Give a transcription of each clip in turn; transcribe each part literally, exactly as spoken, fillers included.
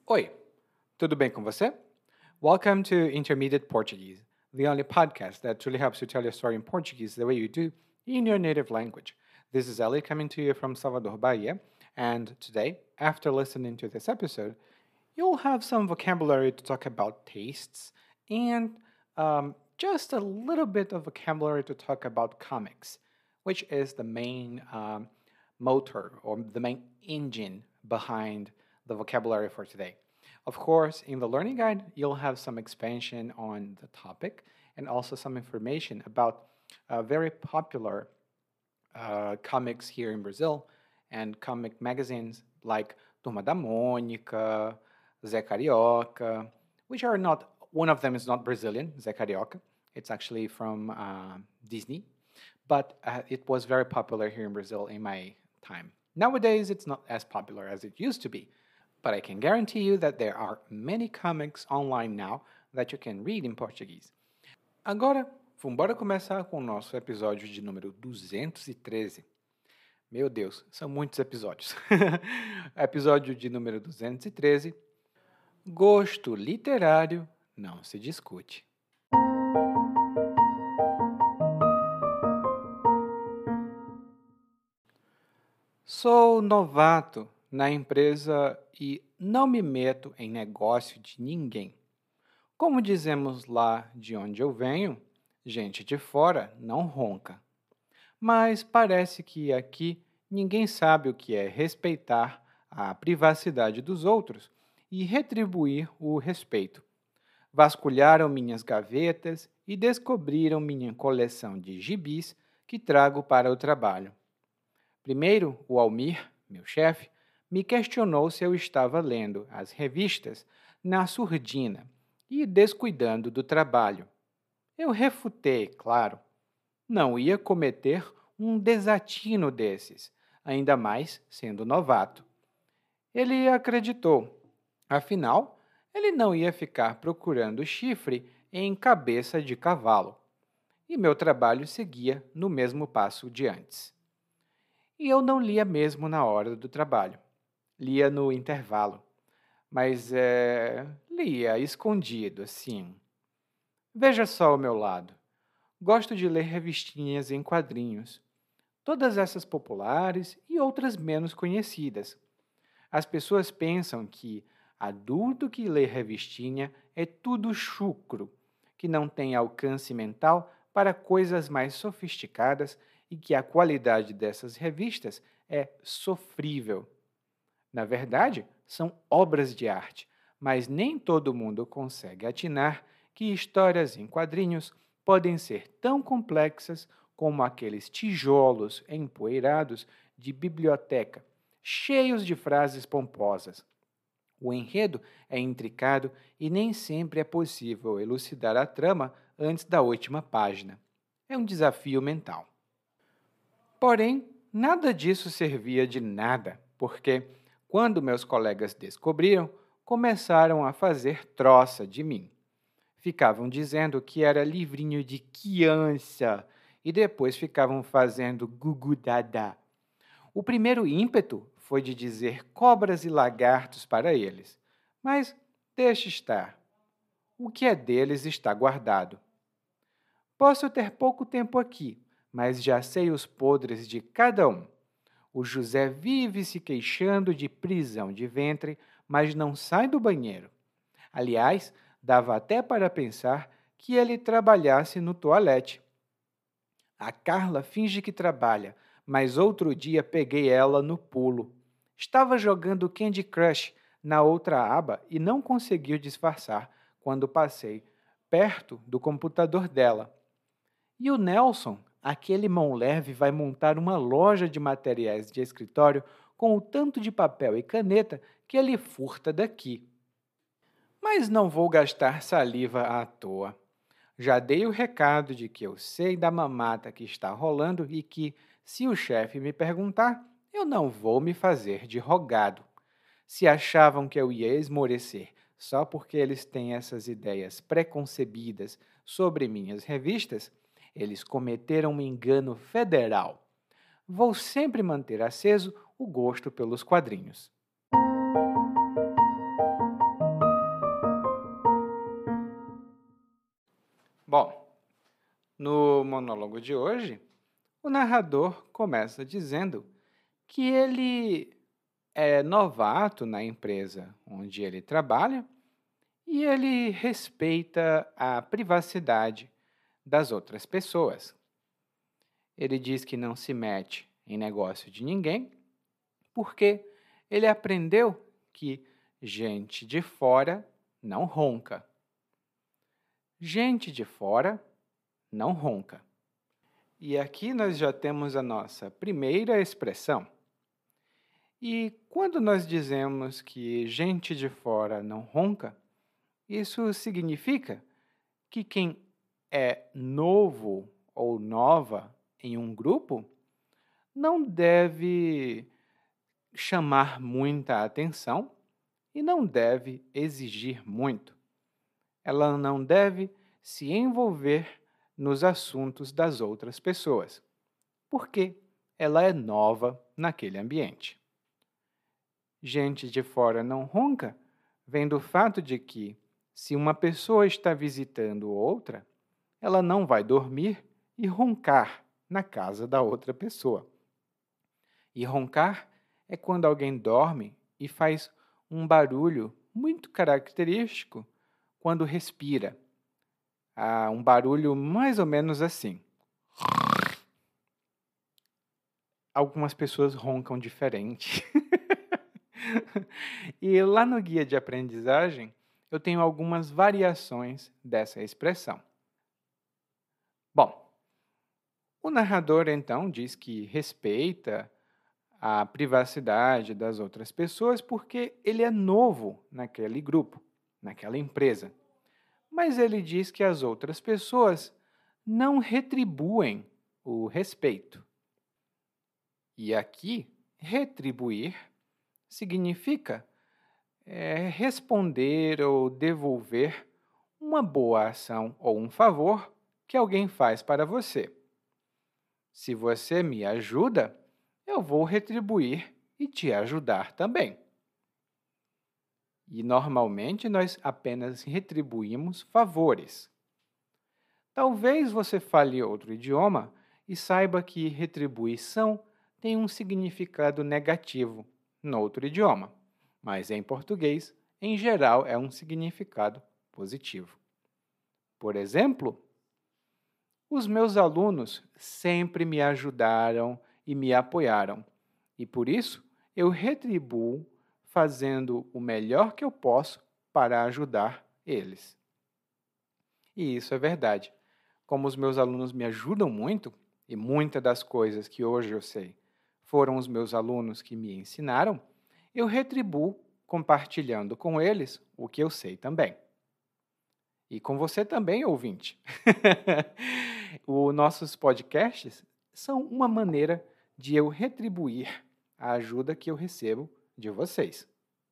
Oi, tudo bem com você? Welcome to Intermediate Portuguese, the only podcast that truly helps you tell your story in Portuguese the way you do in your native language. This is Ellie coming to you from Salvador, Bahia, and today, after listening to this episode, you'll have some vocabulary to talk about tastes and um, just a little bit of vocabulary to talk about comics, which is the main um, motor or the main engine behind the vocabulary for today. Of course, in the learning guide, you'll have some expansion on the topic and also some information about uh, very popular uh, comics here in Brazil and comic magazines like Turma da Mônica, Zé Carioca, which are not, one of them is not Brazilian, Zé Carioca. It's actually from uh, Disney, but uh, it was very popular here in Brazil in my time. Nowadays, it's not as popular as it used to be, but I can guarantee you that there are many comics online now that you can read in Portuguese. Agora, vamos começar com o nosso episódio de número duzentos e treze. Meu Deus, são muitos episódios. Episódio de número duzentos e treze. Gosto literário não se discute. Sou novato na empresa e não me meto em negócio de ninguém. Como dizemos lá de onde eu venho, gente de fora não ronca. Mas parece que aqui ninguém sabe o que é respeitar a privacidade dos outros e retribuir o respeito. Vasculharam minhas gavetas e descobriram minha coleção de gibis que trago para o trabalho. Primeiro, o Almir, meu chefe, me questionou se eu estava lendo as revistas na surdina e descuidando do trabalho. Eu refutei, claro. Não ia cometer um desatino desses, ainda mais sendo novato. Ele acreditou. Afinal, ele não ia ficar procurando chifre em cabeça de cavalo. E meu trabalho seguia no mesmo passo de antes. E eu não lia mesmo na hora do trabalho. Lia no intervalo. Mas é, lia escondido, assim. Veja só o meu lado. Gosto de ler revistinhas em quadrinhos. Todas essas populares e outras menos conhecidas. As pessoas pensam que adulto que lê revistinha é tudo chucro, que não tem alcance mental para coisas mais sofisticadas e que a qualidade dessas revistas é sofrível. Na verdade, são obras de arte, mas nem todo mundo consegue atinar que histórias em quadrinhos podem ser tão complexas como aqueles tijolos empoeirados de biblioteca, cheios de frases pomposas. O enredo é intricado e nem sempre é possível elucidar a trama antes da última página. É um desafio mental. Porém, nada disso servia de nada, porque, quando meus colegas descobriram, começaram a fazer troça de mim. Ficavam dizendo que era livrinho de criança e depois ficavam fazendo gugudada. O primeiro ímpeto foi de dizer cobras e lagartos para eles, mas deixe estar. O que é deles está guardado. Posso ter pouco tempo aqui, mas já sei os podres de cada um. O José vive se queixando de prisão de ventre, mas não sai do banheiro. Aliás, dava até para pensar que ele trabalhasse no toalete. A Carla finge que trabalha, mas outro dia peguei ela no pulo. Estava jogando Candy Crush na outra aba e não conseguiu disfarçar quando passei perto do computador dela. E o Nelson, aquele mão leve, vai montar uma loja de materiais de escritório com o tanto de papel e caneta que ele furta daqui. Mas não vou gastar saliva à toa. Já dei o recado de que eu sei da mamata que está rolando e que, se o chefe me perguntar, eu não vou me fazer de rogado. Se achavam que eu ia esmorecer só porque eles têm essas ideias preconcebidas sobre minhas revistas, eles cometeram um engano federal. Vou sempre manter aceso o gosto pelos quadrinhos. No monólogo de hoje, o narrador começa dizendo que ele é novato na empresa onde ele trabalha e ele respeita a privacidade das outras pessoas. Ele diz que não se mete em negócio de ninguém porque ele aprendeu que gente de fora não ronca. Gente de fora não ronca. E aqui nós já temos a nossa primeira expressão. E quando nós dizemos que gente de fora não ronca, isso significa que quem é novo ou nova em um grupo não deve chamar muita atenção e não deve exigir muito. Ela não deve se envolver nos assuntos das outras pessoas, porque ela é nova naquele ambiente. Gente de fora não ronca vem do fato de que, se uma pessoa está visitando outra, ela não vai dormir e roncar na casa da outra pessoa. E roncar é quando alguém dorme e faz um barulho muito característico quando respira. Ah, um barulho mais ou menos assim. Algumas pessoas roncam diferente. E lá no guia de aprendizagem, eu tenho algumas variações dessa expressão. Bom, o narrador então diz que respeita a privacidade das outras pessoas porque ele é novo naquele grupo, naquela empresa. Mas ele diz que as outras pessoas não retribuem o respeito. E aqui, retribuir significa é, responder ou devolver uma boa ação ou um favor que alguém faz para você. Se você me ajuda, eu vou retribuir e te ajudar também. E normalmente nós apenas retribuímos favores. Talvez você fale outro idioma e saiba que retribuição tem um significado negativo no outro idioma, mas em português, em geral, é um significado positivo. Por exemplo, os meus alunos sempre me ajudaram e me apoiaram, e por isso eu retribuo fazendo o melhor que eu posso para ajudar eles. E isso é verdade. Como os meus alunos me ajudam muito, e muitas das coisas que hoje eu sei foram os meus alunos que me ensinaram, eu retribuo compartilhando com eles o que eu sei também. E com você também, ouvinte. Os nossos podcasts são uma maneira de eu retribuir a ajuda que eu recebo de vocês.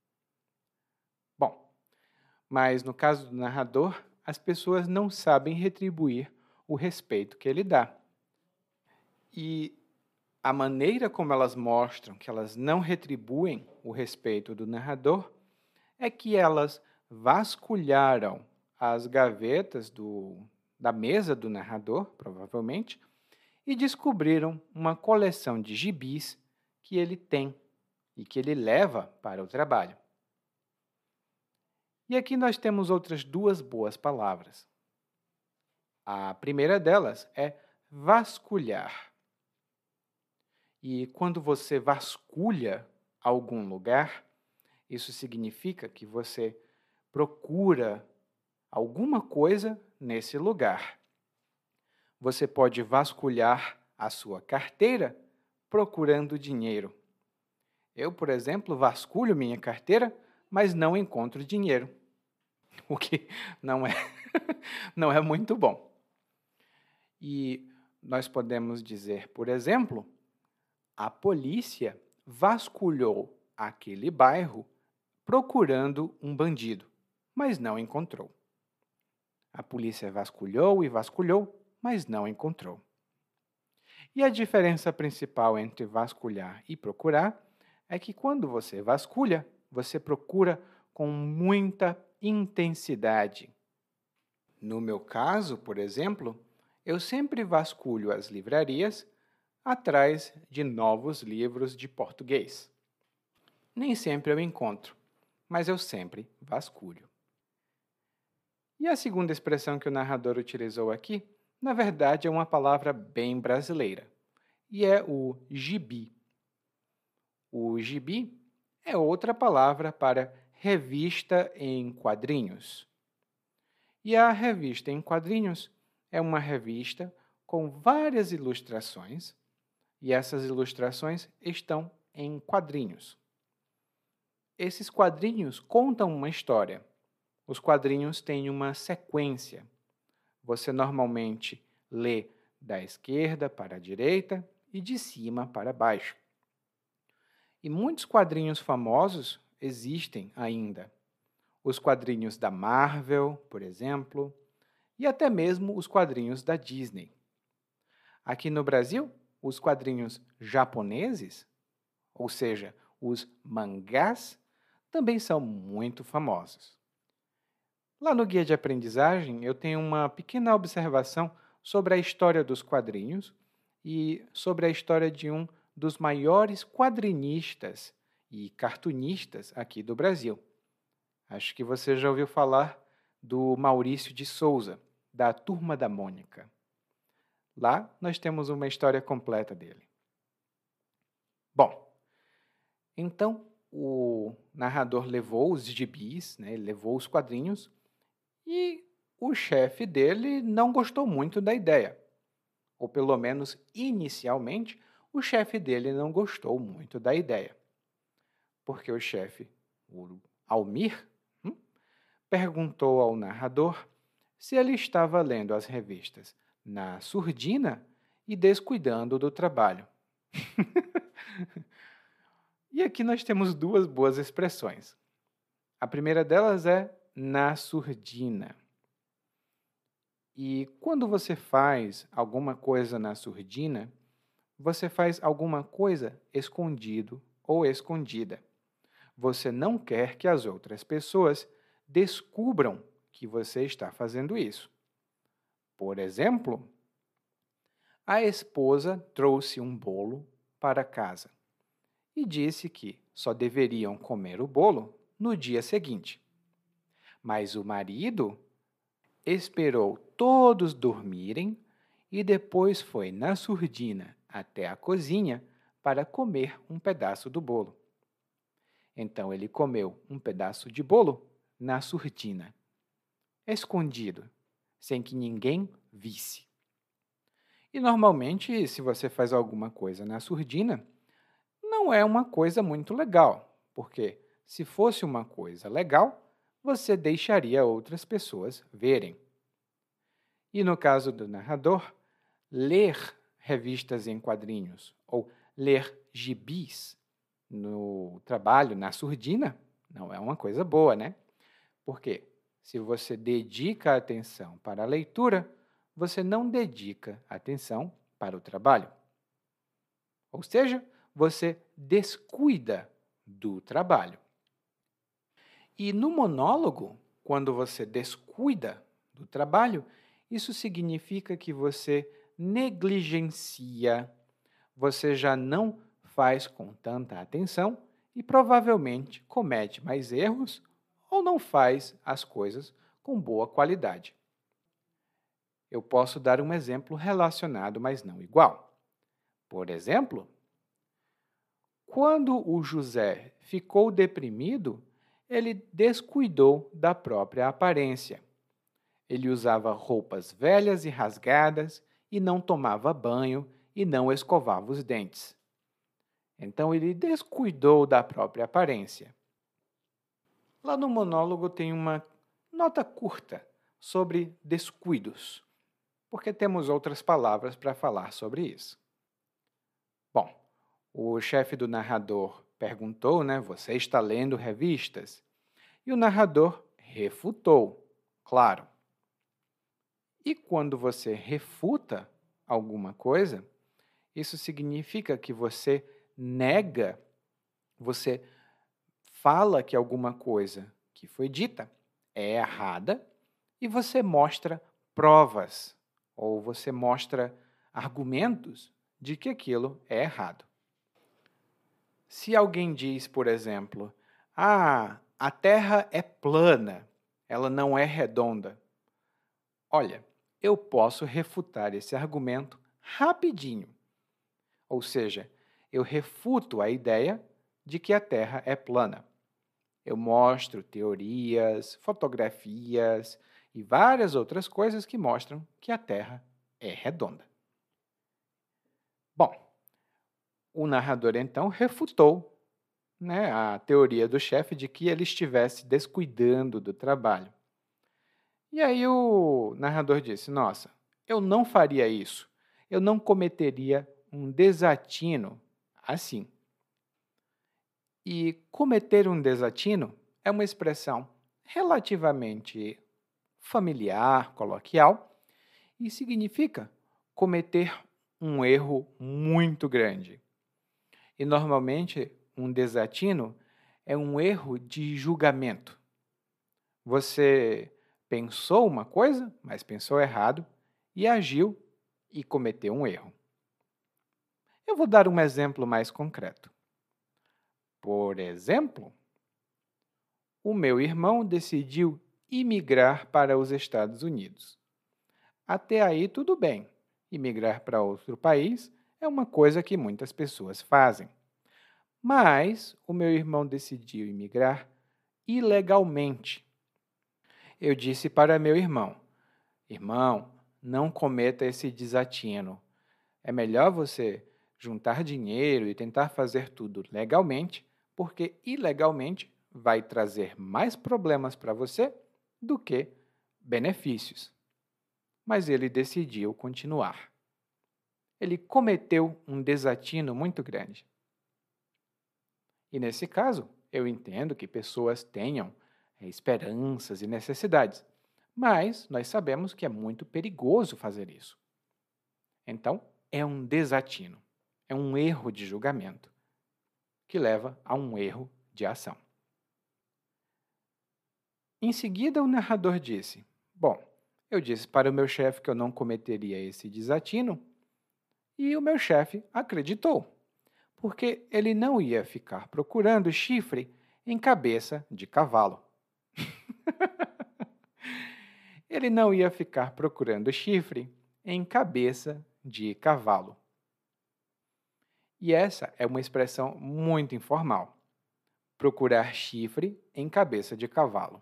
Bom, mas no caso do narrador, as pessoas não sabem retribuir o respeito que ele dá. E a maneira como elas mostram que elas não retribuem o respeito do narrador é que elas vasculharam as gavetas do, da mesa do narrador, provavelmente, e descobriram uma coleção de gibis que ele tem e que ele leva para o trabalho. E aqui nós temos outras duas boas palavras. A primeira delas é vasculhar. E quando você vasculha algum lugar, isso significa que você procura alguma coisa nesse lugar. Você pode vasculhar a sua carteira procurando dinheiro. Eu, por exemplo, vasculho minha carteira, mas não encontro dinheiro, o que não é, não é muito bom. E nós podemos dizer, por exemplo, a polícia vasculhou aquele bairro procurando um bandido, mas não encontrou. A polícia vasculhou e vasculhou, mas não encontrou. E a diferença principal entre vasculhar e procurar é que quando você vasculha, você procura com muita intensidade. No meu caso, por exemplo, Eu sempre vasculho as livrarias atrás de novos livros de português. Nem sempre eu encontro, mas eu sempre vasculho. E a segunda expressão que o narrador utilizou aqui, na verdade, é uma palavra bem brasileira, e é o gibi. O gibi é outra palavra para revista em quadrinhos. E a revista em quadrinhos é uma revista com várias ilustrações, e essas ilustrações estão em quadrinhos. Esses quadrinhos contam uma história. Os quadrinhos têm uma sequência. Você normalmente lê da esquerda para a direita e de cima para baixo. E muitos quadrinhos famosos existem ainda. Os quadrinhos da Marvel, por exemplo, e até mesmo os quadrinhos da Disney. Aqui no Brasil, os quadrinhos japoneses, ou seja, os mangás, também são muito famosos. Lá no guia de aprendizagem, eu tenho uma pequena observação sobre a história dos quadrinhos e sobre a história de um dos maiores quadrinistas e cartunistas aqui do Brasil. Acho que você já ouviu falar do Maurício de Souza, da Turma da Mônica. Lá nós temos uma história completa dele. Bom, então o narrador levou os gibis, né, ele levou os quadrinhos, e o chefe dele não gostou muito da ideia. Ou pelo menos, inicialmente, o chefe dele não gostou muito da ideia. Porque o chefe, o Almir, hum, perguntou ao narrador se ele estava lendo as revistas na surdina e descuidando do trabalho. E aqui nós temos duas boas expressões. A primeira delas é na surdina. E quando você faz alguma coisa na surdina, você faz alguma coisa escondido ou escondida. Você não quer que as outras pessoas descubram que você está fazendo isso. Por exemplo, a esposa trouxe um bolo para casa e disse que só deveriam comer o bolo no dia seguinte. Mas o marido esperou todos dormirem e depois foi na surdina até a cozinha para comer um pedaço do bolo. Então ele comeu um pedaço de bolo na surdina, escondido, sem que ninguém visse. E normalmente, se você faz alguma coisa na surdina, não é uma coisa muito legal, porque se fosse uma coisa legal, você deixaria outras pessoas verem. E no caso do narrador, ler revistas em quadrinhos ou ler gibis no trabalho, na surdina, não é uma coisa boa, né? Porque se você dedica atenção para a leitura, você não dedica atenção para o trabalho. Ou seja, você descuida do trabalho. E no monólogo, quando você descuida do trabalho, isso significa que você negligencia, você já não faz com tanta atenção e provavelmente comete mais erros ou não faz as coisas com boa qualidade. Eu posso dar um exemplo relacionado, mas não igual. Por exemplo, quando o José ficou deprimido, ele descuidou da própria aparência. Ele usava roupas velhas e rasgadas e não tomava banho e não escovava os dentes. Então, ele descuidou da própria aparência. Lá no monólogo tem uma nota curta sobre descuidos, porque temos outras palavras para falar sobre isso. Bom, o chefe do narrador perguntou, né, você está lendo revistas? E o narrador refutou, claro. E quando você refuta alguma coisa, isso significa que você nega, você fala que alguma coisa que foi dita é errada e você mostra provas, ou você mostra argumentos de que aquilo é errado. Se alguém diz, por exemplo, ah, a Terra é plana, ela não é redonda. Olha, eu posso refutar esse argumento rapidinho. Ou seja, eu refuto a ideia de que a Terra é plana. Eu mostro teorias, fotografias e várias outras coisas que mostram que a Terra é redonda. Bom, o narrador então refutou, né, a teoria do chefe de que ele estivesse descuidando do trabalho. E aí o narrador disse, nossa, eu não faria isso, eu não cometeria um desatino assim. E cometer um desatino é uma expressão relativamente familiar, coloquial, e significa cometer um erro muito grande. E, normalmente, um desatino é um erro de julgamento. Você pensou uma coisa, mas pensou errado, e agiu e cometeu um erro. Eu vou dar um exemplo mais concreto. Por exemplo, o meu irmão decidiu imigrar para os Estados Unidos. Até aí, tudo bem. Imigrar para outro país é uma coisa que muitas pessoas fazem. Mas o meu irmão decidiu imigrar ilegalmente. Eu disse para meu irmão, irmão, não cometa esse desatino. É melhor você juntar dinheiro e tentar fazer tudo legalmente, porque ilegalmente vai trazer mais problemas para você do que benefícios. Mas ele decidiu continuar. Ele cometeu um desatino muito grande. E nesse caso, eu entendo que pessoas tenham é, esperanças e necessidades, mas nós sabemos que é muito perigoso fazer isso. Então, é um desatino, é um erro de julgamento, que leva a um erro de ação. Em seguida, o narrador disse, bom, eu disse para o meu chefe que eu não cometeria esse desatino, e o meu chefe acreditou, porque ele não ia ficar procurando chifre em cabeça de cavalo. Ele não ia ficar procurando chifre em cabeça de cavalo. E essa é uma expressão muito informal. Procurar chifre em cabeça de cavalo.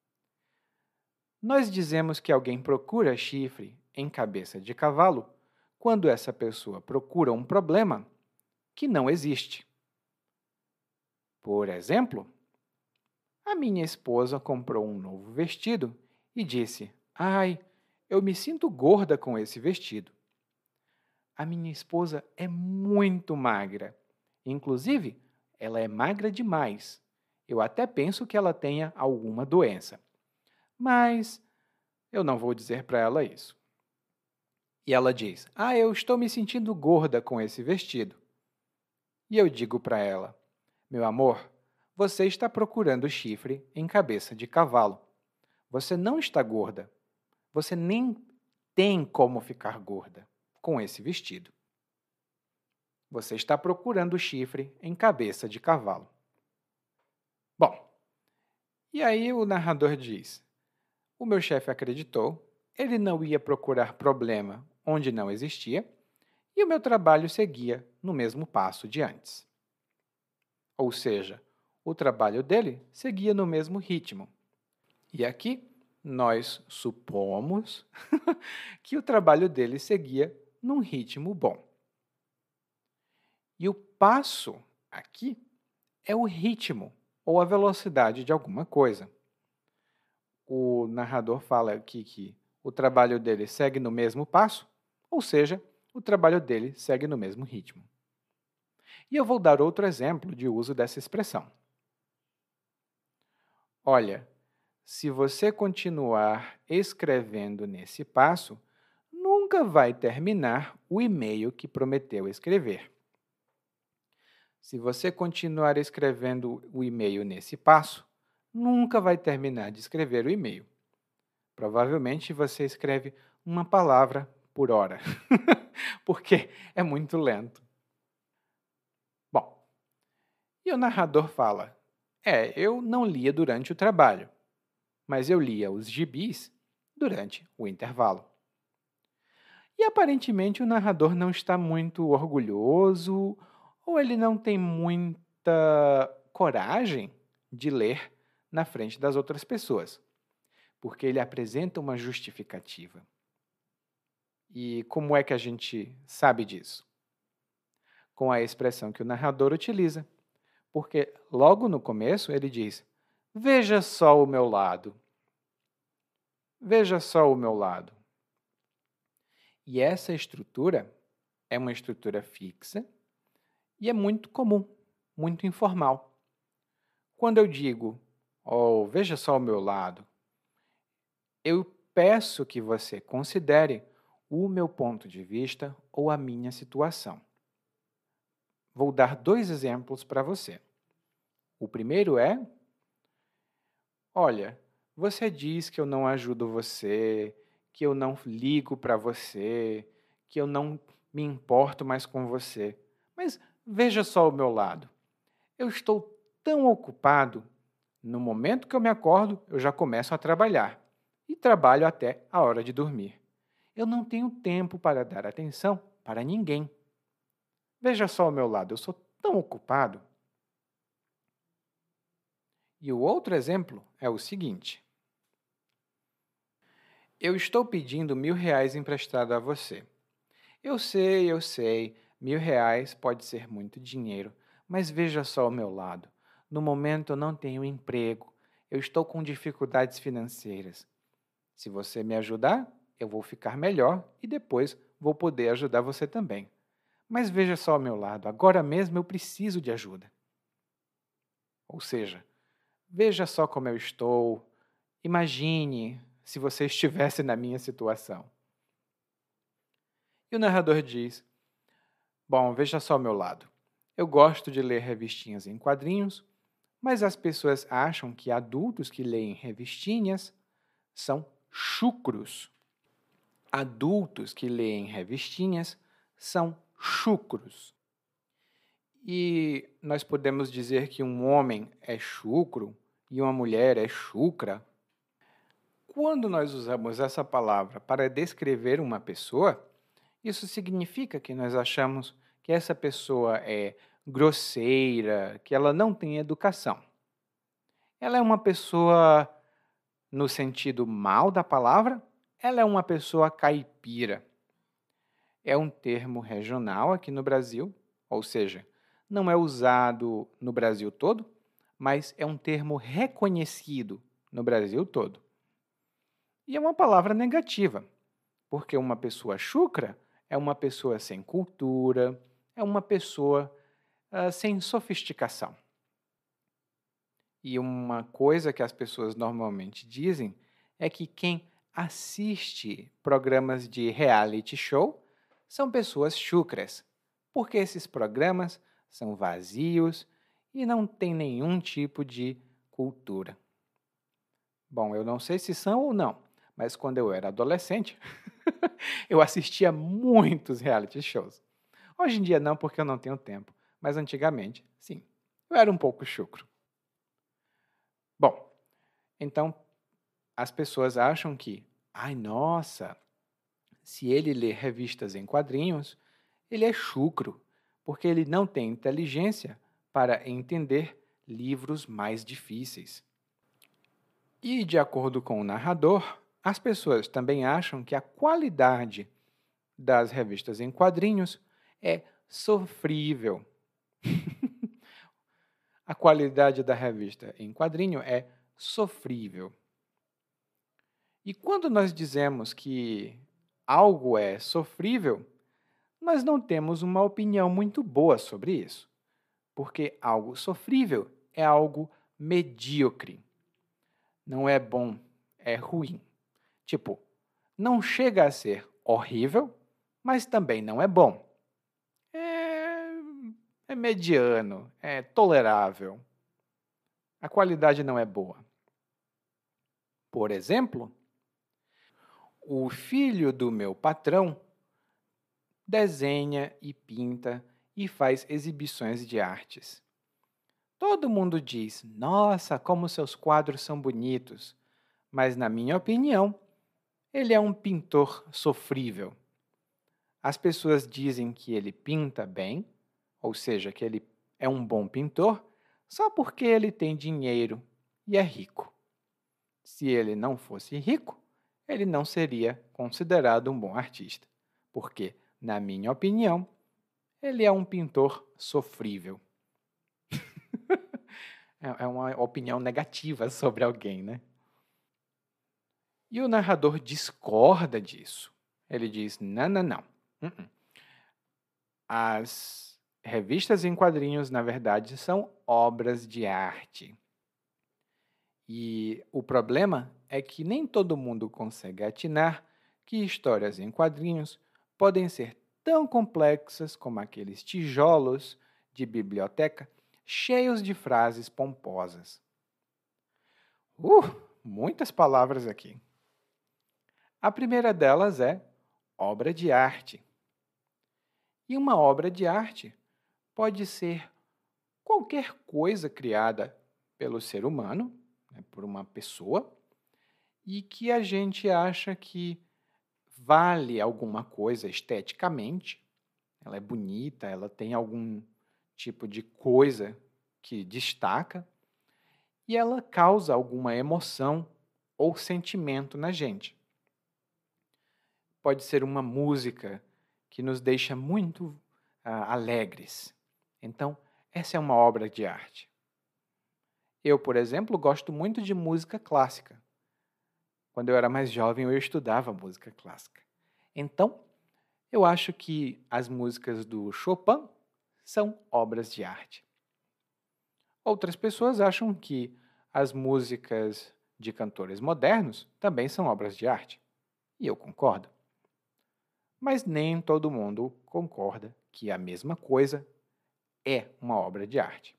Nós dizemos que alguém procura chifre em cabeça de cavalo quando essa pessoa procura um problema que não existe. Por exemplo, a minha esposa comprou um novo vestido e disse, ai, eu me sinto gorda com esse vestido. A minha esposa é muito magra. Inclusive, ela é magra demais. Eu até penso que ela tenha alguma doença. Mas eu não vou dizer para ela isso. E ela diz, ah, eu estou me sentindo gorda com esse vestido. E eu digo para ela, meu amor, você está procurando chifre em cabeça de cavalo. Você não está gorda. Você nem tem como ficar gorda com esse vestido. Você está procurando chifre em cabeça de cavalo. Bom, e aí o narrador diz, o meu chefe acreditou, ele não ia procurar problema onde não existia, e o meu trabalho seguia no mesmo passo de antes. Ou seja, o trabalho dele seguia no mesmo ritmo. E aqui nós supomos que o trabalho dele seguia num ritmo bom. E o passo aqui é o ritmo ou a velocidade de alguma coisa. O narrador fala aqui que o trabalho dele segue no mesmo passo, ou seja, o trabalho dele segue no mesmo ritmo. E eu vou dar outro exemplo de uso dessa expressão. Olha, se você continuar escrevendo nesse passo, nunca vai terminar o e-mail que prometeu escrever. Se você continuar escrevendo o e-mail nesse passo, nunca vai terminar de escrever o e-mail. Provavelmente você escreve uma palavra por hora, porque é muito lento. Bom, e o narrador fala, é, eu não lia durante o trabalho, mas eu lia os gibis durante o intervalo. E aparentemente o narrador não está muito orgulhoso ou ele não tem muita coragem de ler na frente das outras pessoas, porque ele apresenta uma justificativa. E como é que a gente sabe disso? Com a expressão que o narrador utiliza, porque logo no começo ele diz, veja só o meu lado. Veja só o meu lado. E essa estrutura é uma estrutura fixa e é muito comum, muito informal. Quando eu digo, oh, veja só o meu lado, eu peço que você considere o meu ponto de vista ou a minha situação. Vou dar dois exemplos para você. O primeiro é, olha, você diz que eu não ajudo você, que eu não ligo para você, que eu não me importo mais com você. Mas veja só o meu lado. Eu estou tão ocupado, no momento que eu me acordo, eu já começo a trabalhar. E trabalho até a hora de dormir. Eu não tenho tempo para dar atenção para ninguém. Veja só o meu lado, eu sou tão ocupado. E o outro exemplo é o seguinte. Eu estou pedindo mil reais emprestado a você. Eu sei, eu sei, mil reais pode ser muito dinheiro, mas veja só o meu lado. No momento eu não tenho emprego, eu estou com dificuldades financeiras. Se você me ajudar, eu vou ficar melhor e depois vou poder ajudar você também. Mas veja só o meu lado, agora mesmo eu preciso de ajuda. Ou seja, veja só como eu estou, imagine se você estivesse na minha situação. E o narrador diz, bom, veja só o meu lado. Eu gosto de ler revistinhas em quadrinhos, mas as pessoas acham que adultos que leem revistinhas são chucros. Adultos que leem revistinhas são chucros. E nós podemos dizer que um homem é chucro e uma mulher é chucra. Quando nós usamos essa palavra para descrever uma pessoa, isso significa que nós achamos que essa pessoa é grosseira, que ela não tem educação. Ela é uma pessoa, no sentido mal da palavra, ela é uma pessoa caipira. É um termo regional aqui no Brasil, ou seja, não é usado no Brasil todo, mas é um termo reconhecido no Brasil todo. E é uma palavra negativa, porque uma pessoa chucra é uma pessoa sem cultura, é uma pessoa uh, sem sofisticação. E uma coisa que as pessoas normalmente dizem é que quem assiste programas de reality show são pessoas chucras, porque esses programas são vazios e não têm nenhum tipo de cultura. Bom, eu não sei se são ou não, mas quando eu era adolescente, eu assistia muitos reality shows. Hoje em dia não, porque eu não tenho tempo, mas antigamente, sim, eu era um pouco chucro. Bom, então as pessoas acham que, ai nossa, se ele lê revistas em quadrinhos, ele é chucro, porque ele não tem inteligência para entender livros mais difíceis. E, de acordo com o narrador, as pessoas também acham que a qualidade das revistas em quadrinhos é sofrível. A qualidade da revista em quadrinho é sofrível. E quando nós dizemos que algo é sofrível, nós não temos uma opinião muito boa sobre isso, porque algo sofrível é algo medíocre. Não é bom, é ruim. Tipo, não chega a ser horrível, mas também não é bom. É, é mediano, é tolerável. A qualidade não é boa. Por exemplo, o filho do meu patrão desenha e pinta e faz exibições de artes. Todo mundo diz: "Nossa, como seus quadros são bonitos", mas, na minha opinião, ele é um pintor sofrível. As pessoas dizem que ele pinta bem, ou seja, que ele é um bom pintor, só porque ele tem dinheiro e é rico. Se ele não fosse rico, ele não seria considerado um bom artista, porque, na minha opinião, ele é um pintor sofrível. É é uma opinião negativa sobre alguém, né? E o narrador discorda disso. Ele diz: não, não, não. Uh-uh. As revistas em quadrinhos, na verdade, são obras de arte. E o problema é que nem todo mundo consegue atinar que histórias em quadrinhos podem ser tão complexas como aqueles tijolos de biblioteca cheios de frases pomposas. Uh, muitas palavras aqui. A primeira delas é obra de arte. E uma obra de arte pode ser qualquer coisa criada pelo ser humano, né, por uma pessoa, e que a gente acha que vale alguma coisa esteticamente, ela é bonita, ela tem algum tipo de coisa que destaca, e ela causa alguma emoção ou sentimento na gente. Pode ser uma música que nos deixa muito ah, alegres. Então, essa é uma obra de arte. Eu, por exemplo, gosto muito de música clássica. Quando eu era mais jovem, eu estudava música clássica. Então, eu acho que as músicas do Chopin são obras de arte. Outras pessoas acham que as músicas de cantores modernos também são obras de arte. E eu concordo. Mas nem todo mundo concorda que a mesma coisa é uma obra de arte.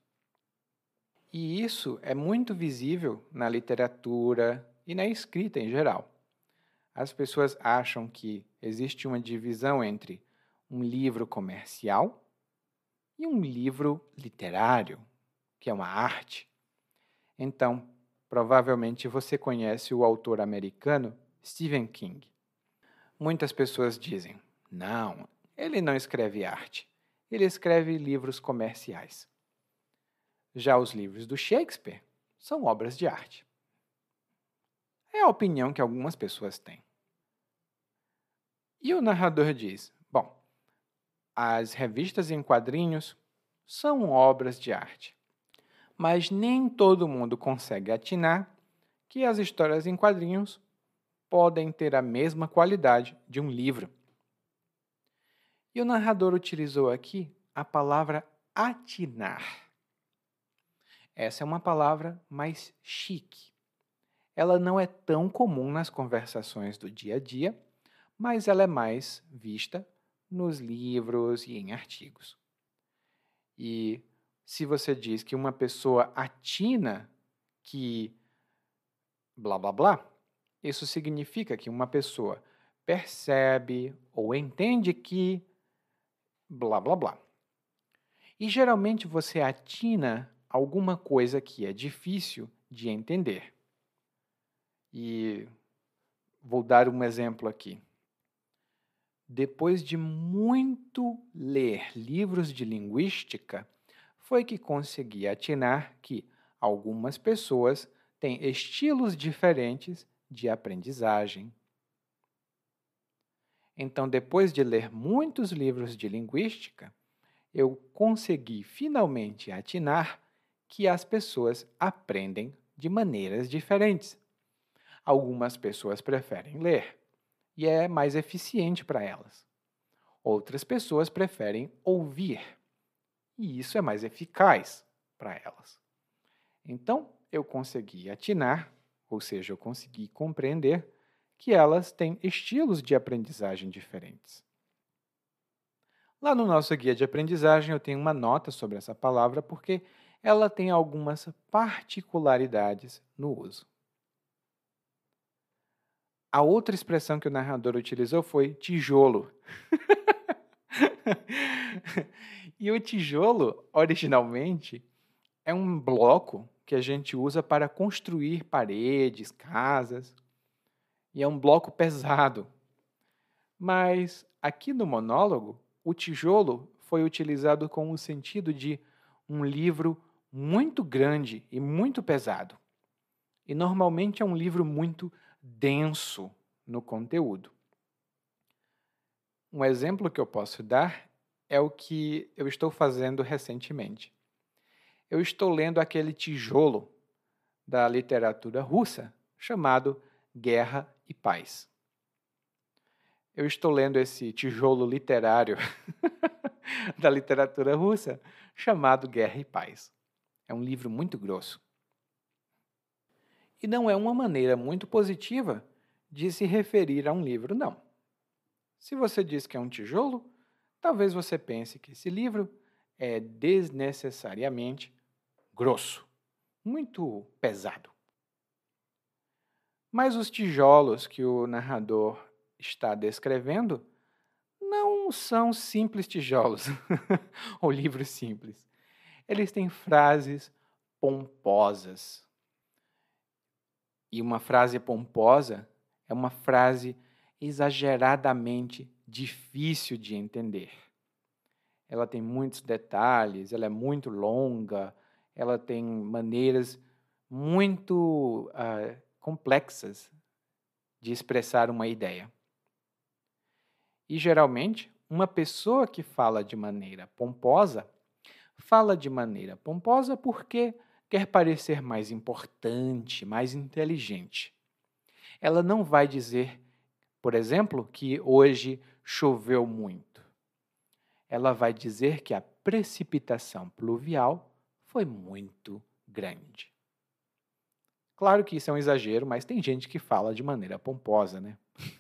E isso é muito visível na literatura e na escrita em geral. As pessoas acham que existe uma divisão entre um livro comercial e um livro literário, que é uma arte. Então, provavelmente você conhece o autor americano Stephen King. Muitas pessoas dizem: não, ele não escreve arte, ele escreve livros comerciais. Já os livros do Shakespeare são obras de arte. É a opinião que algumas pessoas têm. E o narrador diz: bom, as revistas em quadrinhos são obras de arte, mas nem todo mundo consegue atinar que as histórias em quadrinhos podem ter a mesma qualidade de um livro. E o narrador utilizou aqui a palavra atinar. Essa é uma palavra mais chique. Ela não é tão comum nas conversações do dia a dia, mas ela é mais vista nos livros e em artigos. E se você diz que uma pessoa atina que blá blá blá, isso significa que uma pessoa percebe ou entende que blá blá blá. E geralmente você atina alguma coisa que é difícil de entender. E vou dar um exemplo aqui. Depois de muito ler livros de linguística, foi que consegui atinar que algumas pessoas têm estilos diferentes de aprendizagem. Então, depois de ler muitos livros de linguística, eu consegui finalmente atinar que as pessoas aprendem de maneiras diferentes. Algumas pessoas preferem ler e é mais eficiente para elas. Outras pessoas preferem ouvir e isso é mais eficaz para elas. Então, eu consegui atinar, ou seja, eu consegui compreender que elas têm estilos de aprendizagem diferentes. Lá no nosso guia de aprendizagem eu tenho uma nota sobre essa palavra porque ela tem algumas particularidades no uso. A outra expressão que o narrador utilizou foi tijolo. E o tijolo, originalmente, é um bloco que a gente usa para construir paredes, casas, e é um bloco pesado. Mas aqui no monólogo, o tijolo foi utilizado com o sentido de um livro muito grande e muito pesado. E normalmente é um livro muito denso no conteúdo. Um exemplo que eu posso dar é o que eu estou fazendo recentemente. Eu estou lendo aquele tijolo da literatura russa chamado Guerra e Paz. Eu estou lendo esse tijolo literário da literatura russa chamado Guerra e Paz. É um livro muito grosso. E não é uma maneira muito positiva de se referir a um livro, não. Se você diz que é um tijolo, talvez você pense que esse livro é desnecessariamente grosso, muito pesado. Mas os tijolos que o narrador está descrevendo não são simples tijolos ou livros simples. Eles têm frases pomposas. E uma frase pomposa é uma frase exageradamente difícil de entender. Ela tem muitos detalhes, ela é muito longa, ela tem maneiras muito uh, complexas de expressar uma ideia. E, geralmente, uma pessoa que fala de maneira pomposa, fala de maneira pomposa porque quer parecer mais importante, mais inteligente. Ela não vai dizer, por exemplo, que hoje choveu muito. Ela vai dizer que a precipitação pluvial foi muito grande. Claro que isso é um exagero, mas tem gente que fala de maneira pomposa, né?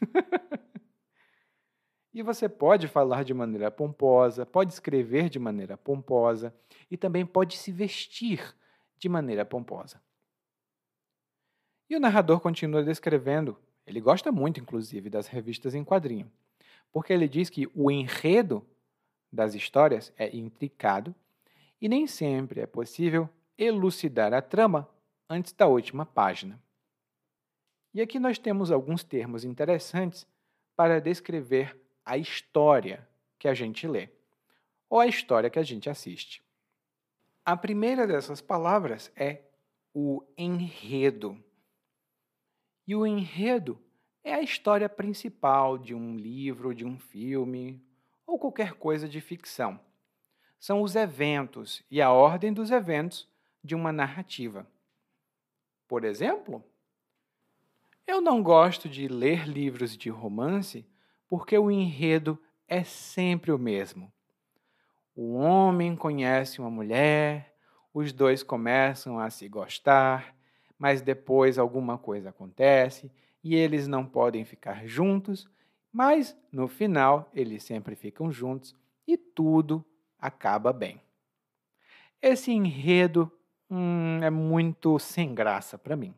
E você pode falar de maneira pomposa, pode escrever de maneira pomposa e também pode se vestir de maneira pomposa. E o narrador continua descrevendo, ele gosta muito, inclusive, das revistas em quadrinho, porque ele diz que o enredo das histórias é intricado e nem sempre é possível elucidar a trama antes da última página. E aqui nós temos alguns termos interessantes para descrever a história que a gente lê, ou a história que a gente assiste. A primeira dessas palavras é o enredo. E o enredo é a história principal de um livro, de um filme, ou qualquer coisa de ficção. São os eventos e a ordem dos eventos de uma narrativa. Por exemplo, eu não gosto de ler livros de romance porque o enredo é sempre o mesmo. O homem conhece uma mulher, os dois começam a se gostar, mas depois alguma coisa acontece e eles não podem ficar juntos, mas no final eles sempre ficam juntos e tudo acaba bem. Esse enredo hum, é muito sem graça para mim.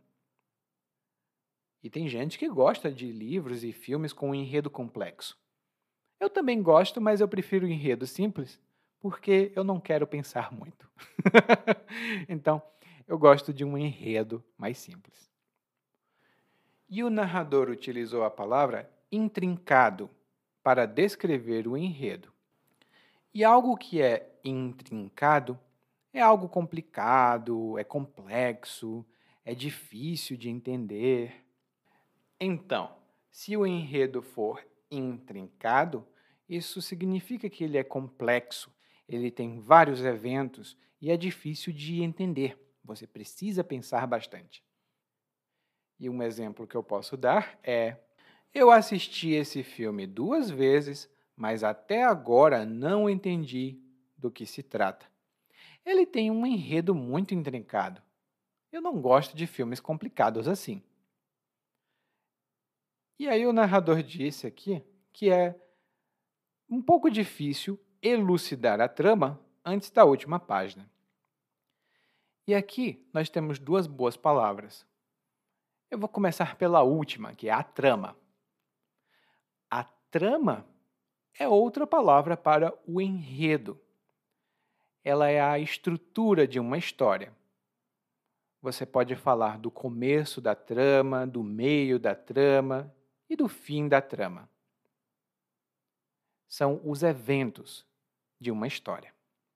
E tem gente que gosta de livros e filmes com um enredo complexo. Eu também gosto, mas eu prefiro o enredo simples, porque eu não quero pensar muito. Então, eu gosto de um enredo mais simples. E o narrador utilizou a palavra intrincado para descrever o enredo. E algo que é intrincado é algo complicado, é complexo, é difícil de entender. Então, se o enredo for intrincado, isso significa que ele é complexo, ele tem vários eventos e é difícil de entender. Você precisa pensar bastante. E um exemplo que eu posso dar é: eu assisti esse filme duas vezes, mas até agora não entendi do que se trata. Ele tem um enredo muito intrincado. Eu não gosto de filmes complicados assim. E aí o narrador disse aqui que é um pouco difícil elucidar a trama antes da última página. E aqui nós temos duas boas palavras. Eu vou começar pela última, que é a trama. A trama é outra palavra para o enredo. Ela é a estrutura de uma história. Você pode falar do começo da trama, do meio da trama e do fim da trama. São os eventos de uma história.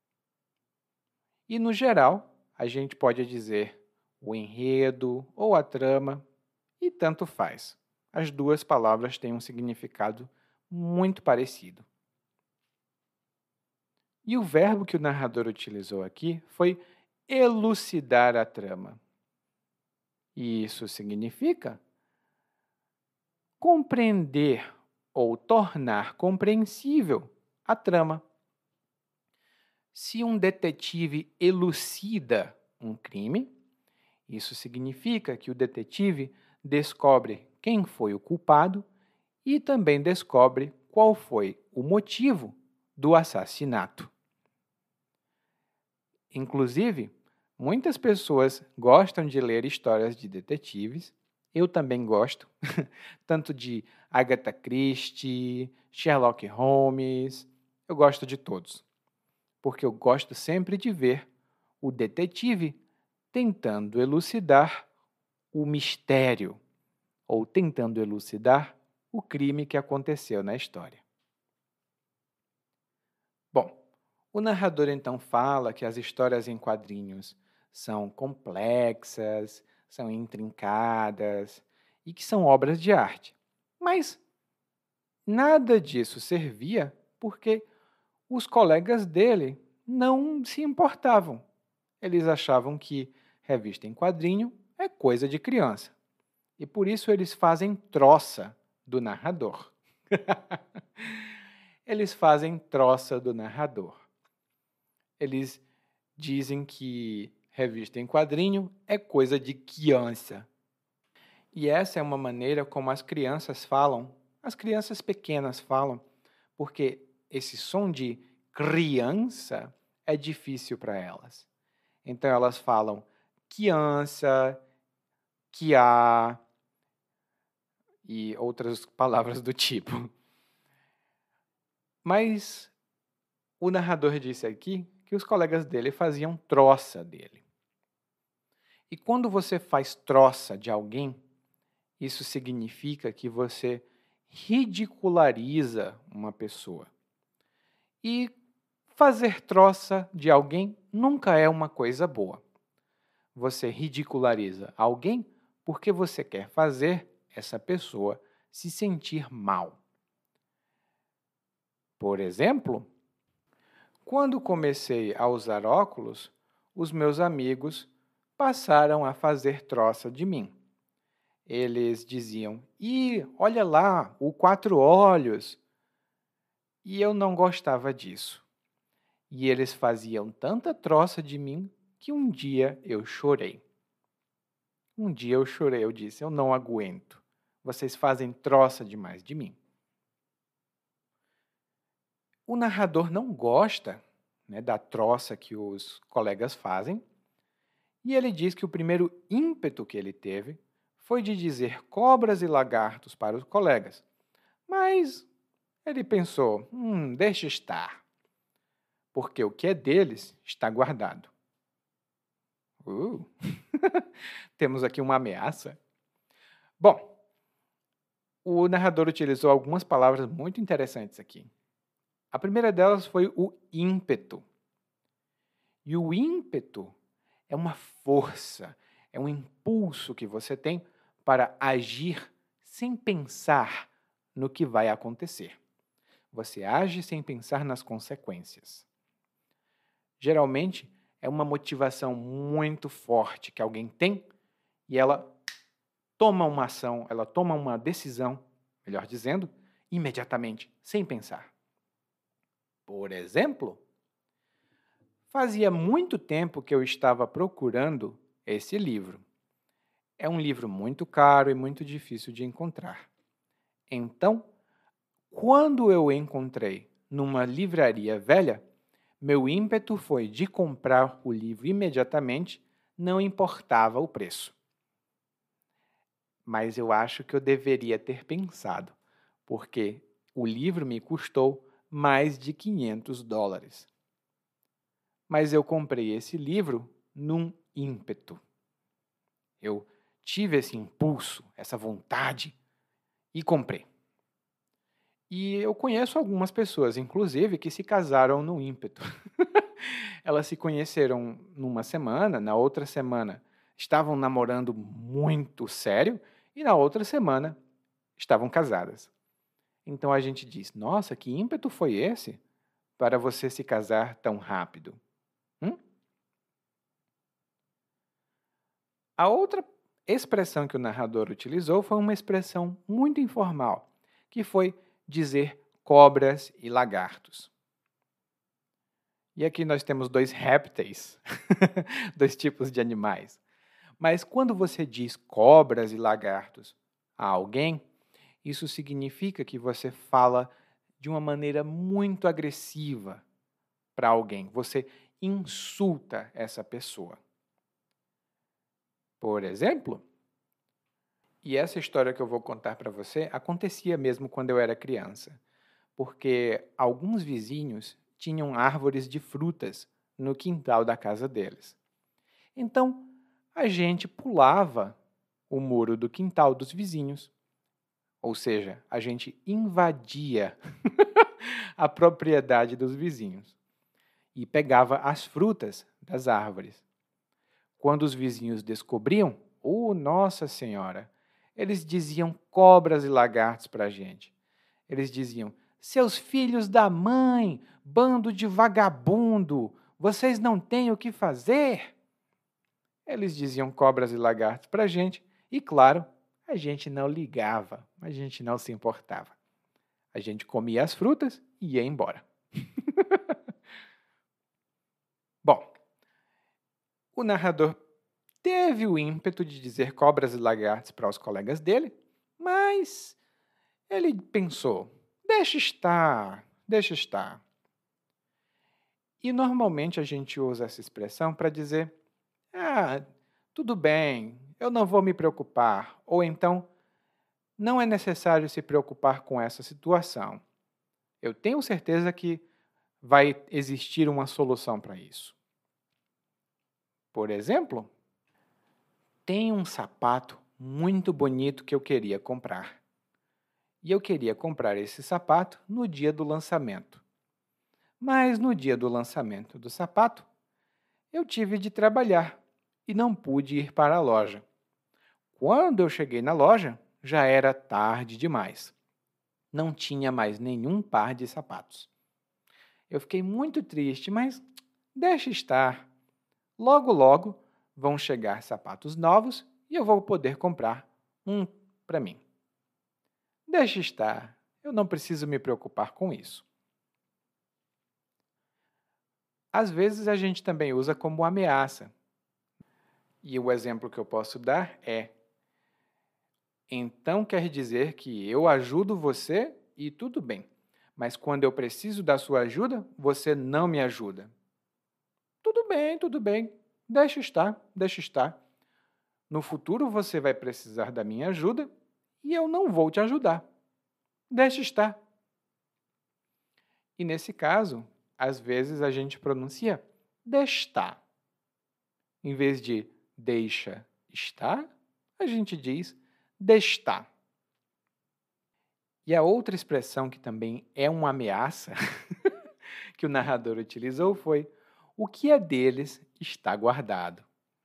E, no geral, a gente pode dizer o enredo ou a trama, e tanto faz. As duas palavras têm um significado muito parecido. E o verbo que o narrador utilizou aqui foi elucidar a trama. E isso significa compreender ou tornar compreensível a trama. Se um detetive elucida um crime, isso significa que o detetive descobre quem foi o culpado e também descobre qual foi o motivo do assassinato. Inclusive, muitas pessoas gostam de ler histórias de detetives. Eu também gosto, tanto de Agatha Christie, Sherlock Holmes. Eu gosto de todos, porque eu gosto sempre de ver o detetive tentando elucidar o mistério ou tentando elucidar o crime que aconteceu na história. Bom, o narrador então fala que as histórias em quadrinhos são complexas, são intrincadas e que são obras de arte. Mas nada disso servia porque os colegas dele não se importavam. Eles achavam que revista em quadrinho é coisa de criança. E por isso eles fazem troça do narrador. Eles fazem troça do narrador. Eles dizem que revista em quadrinho é coisa de criança. E essa é uma maneira como as crianças falam, as crianças pequenas falam, porque esse som de criança é difícil para elas. Então elas falam criança, quiá e outras palavras do tipo. Mas o narrador disse aqui que os colegas dele faziam troça dele. E quando você faz troça de alguém, isso significa que você ridiculariza uma pessoa. E fazer troça de alguém nunca é uma coisa boa. Você ridiculariza alguém porque você quer fazer essa pessoa se sentir mal. Por exemplo, quando comecei a usar óculos, os meus amigos passaram a fazer troça de mim. Eles diziam, ih, olha lá, o quatro olhos. E eu não gostava disso. E eles faziam tanta troça de mim que um dia eu chorei. Um dia eu chorei, eu disse, eu não aguento. Vocês fazem troça demais de mim. O narrador não gosta, né, da troça que os colegas fazem, e ele diz que o primeiro ímpeto que ele teve foi de dizer cobras e lagartos para os colegas. Mas ele pensou, hum, deixa estar, porque o que é deles está guardado. Uh, temos aqui uma ameaça. Bom, o narrador utilizou algumas palavras muito interessantes aqui. A primeira delas foi o ímpeto. E o ímpeto é uma força, é um impulso que você tem para agir sem pensar no que vai acontecer. Você age sem pensar nas consequências. Geralmente, é uma motivação muito forte que alguém tem e ela toma uma ação, ela toma uma decisão, melhor dizendo, imediatamente, sem pensar. Por exemplo, fazia muito tempo que eu estava procurando esse livro. É um livro muito caro e muito difícil de encontrar. Então, quando eu encontrei numa livraria velha, meu ímpeto foi de comprar o livro imediatamente, não importava o preço. Mas eu acho que eu deveria ter pensado, porque o livro me custou mais de quinhentos dólares. Mas eu comprei esse livro num ímpeto. Eu tive esse impulso, essa vontade e comprei. E eu conheço algumas pessoas, inclusive, que se casaram no ímpeto. Elas se conheceram numa semana, na outra semana estavam namorando muito sério e na outra semana estavam casadas. Então a gente diz: nossa, que ímpeto foi esse para você se casar tão rápido? Hum? A outra expressão que o narrador utilizou foi uma expressão muito informal, que foi dizer cobras e lagartos. E aqui nós temos dois répteis, dois tipos de animais. Mas quando você diz cobras e lagartos a alguém, isso significa que você fala de uma maneira muito agressiva para alguém. Você insulta essa pessoa. Por exemplo, e essa história que eu vou contar para você acontecia mesmo quando eu era criança, porque alguns vizinhos tinham árvores de frutas no quintal da casa deles. Então, a gente pulava o muro do quintal dos vizinhos, ou seja, a gente invadia a propriedade dos vizinhos e pegava as frutas das árvores. Quando os vizinhos descobriam, oh, Nossa Senhora, eles diziam cobras e lagartos para a gente. Eles diziam: seus filhos da mãe, bando de vagabundo, vocês não têm o que fazer? Eles diziam cobras e lagartos para a gente e, claro, a gente não ligava, a gente não se importava. A gente comia as frutas e ia embora. Bom, o narrador teve o ímpeto de dizer cobras e lagartos para os colegas dele, mas ele pensou: deixa estar, deixa estar. E normalmente a gente usa essa expressão para dizer: ah, tudo bem, eu não vou me preocupar. Ou então, não é necessário se preocupar com essa situação. Eu tenho certeza que vai existir uma solução para isso. Por exemplo, tem um sapato muito bonito que eu queria comprar. E eu queria comprar esse sapato no dia do lançamento. Mas no dia do lançamento do sapato, eu tive de trabalhar e não pude ir para a loja. Quando eu cheguei na loja, já era tarde demais. Não tinha mais nenhum par de sapatos. Eu fiquei muito triste, mas deixa estar. Logo, logo vão chegar sapatos novos e eu vou poder comprar um para mim. Deixa estar, eu não preciso me preocupar com isso. Às vezes a gente também usa como ameaça. E o exemplo que eu posso dar é: então quer dizer que eu ajudo você e tudo bem, mas quando eu preciso da sua ajuda, você não me ajuda. Tudo bem, tudo bem, deixa estar, deixa estar. No futuro você vai precisar da minha ajuda e eu não vou te ajudar. Deixa estar. E nesse caso, às vezes a gente pronuncia destar. Em vez de deixa estar, a gente diz destar. E a outra expressão que também é uma ameaça que o narrador utilizou foi: o que é deles está guardado.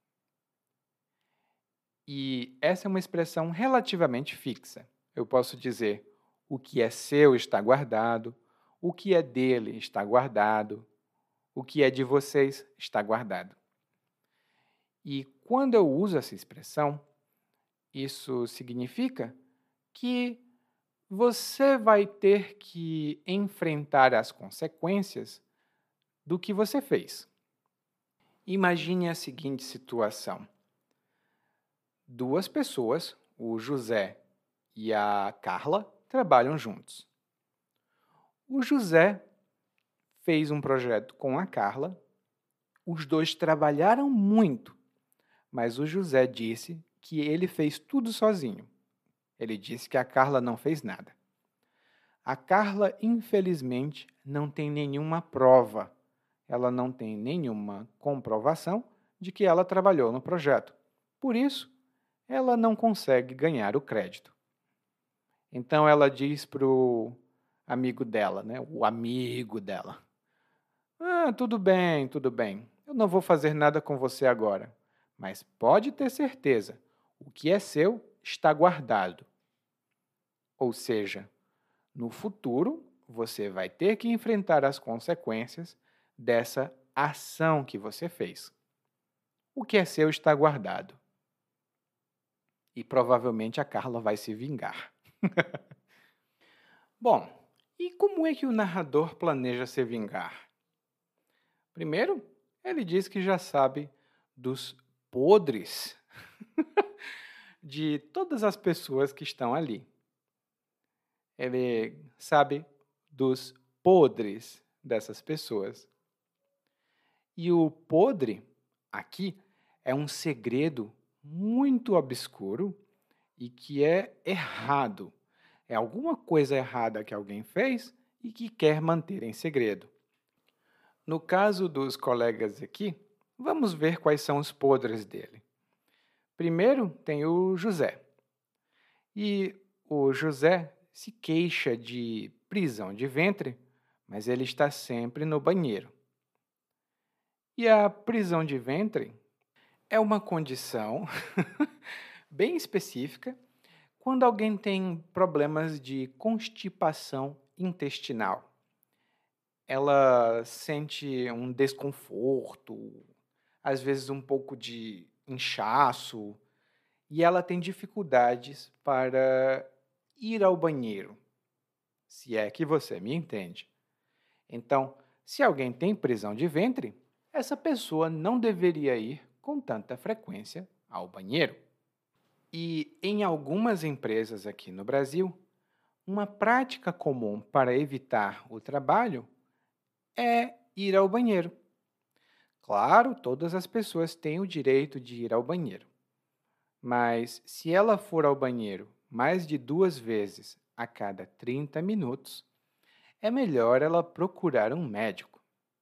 E essa é uma expressão relativamente fixa. Eu posso dizer: o que é seu está guardado, o que é dele está guardado, o que é de vocês está guardado. E quando eu uso essa expressão, isso significa que você vai ter que enfrentar as consequências do que você fez. Imagine a seguinte situação. Duas pessoas, o José e a Carla, trabalham juntos. O José fez um projeto com a Carla. Os dois trabalharam muito, mas o José disse que ele fez tudo sozinho. Ele disse que a Carla não fez nada. A Carla, infelizmente, não tem nenhuma prova. Ela não tem nenhuma comprovação de que ela trabalhou no projeto. Por isso, ela não consegue ganhar o crédito. Então, ela diz para o amigo dela, né, o amigo dela: Ah, tudo bem, tudo bem. Eu não vou fazer nada com você agora. Mas pode ter certeza, o que é seu está guardado. Ou seja, no futuro, você vai ter que enfrentar as consequências dessa ação que você fez. O que é seu está guardado. E provavelmente a Carla vai se vingar. Bom, e como é que o narrador planeja se vingar? Primeiro, ele diz que já sabe dos podres de todas as pessoas que estão ali. Ele sabe dos podres dessas pessoas. E o podre, aqui, é um segredo muito obscuro e que é errado. É alguma coisa errada que alguém fez e que quer manter em segredo. No caso dos colegas aqui, vamos ver quais são os podres dele. Primeiro tem o José. E o José se queixa de prisão de ventre, mas ele está sempre no banheiro. E a prisão de ventre é uma condição bem específica quando alguém tem problemas de constipação intestinal. Ela sente um desconforto, às vezes um pouco de inchaço, e ela tem dificuldades para ir ao banheiro, se é que você me entende. Então, se alguém tem prisão de ventre, essa pessoa não deveria ir com tanta frequência ao banheiro. E em algumas empresas aqui no Brasil, uma prática comum para evitar o trabalho é ir ao banheiro. Claro, todas as pessoas têm o direito de ir ao banheiro, mas se ela for ao banheiro mais de duas vezes a cada trinta minutos, é melhor ela procurar um médico.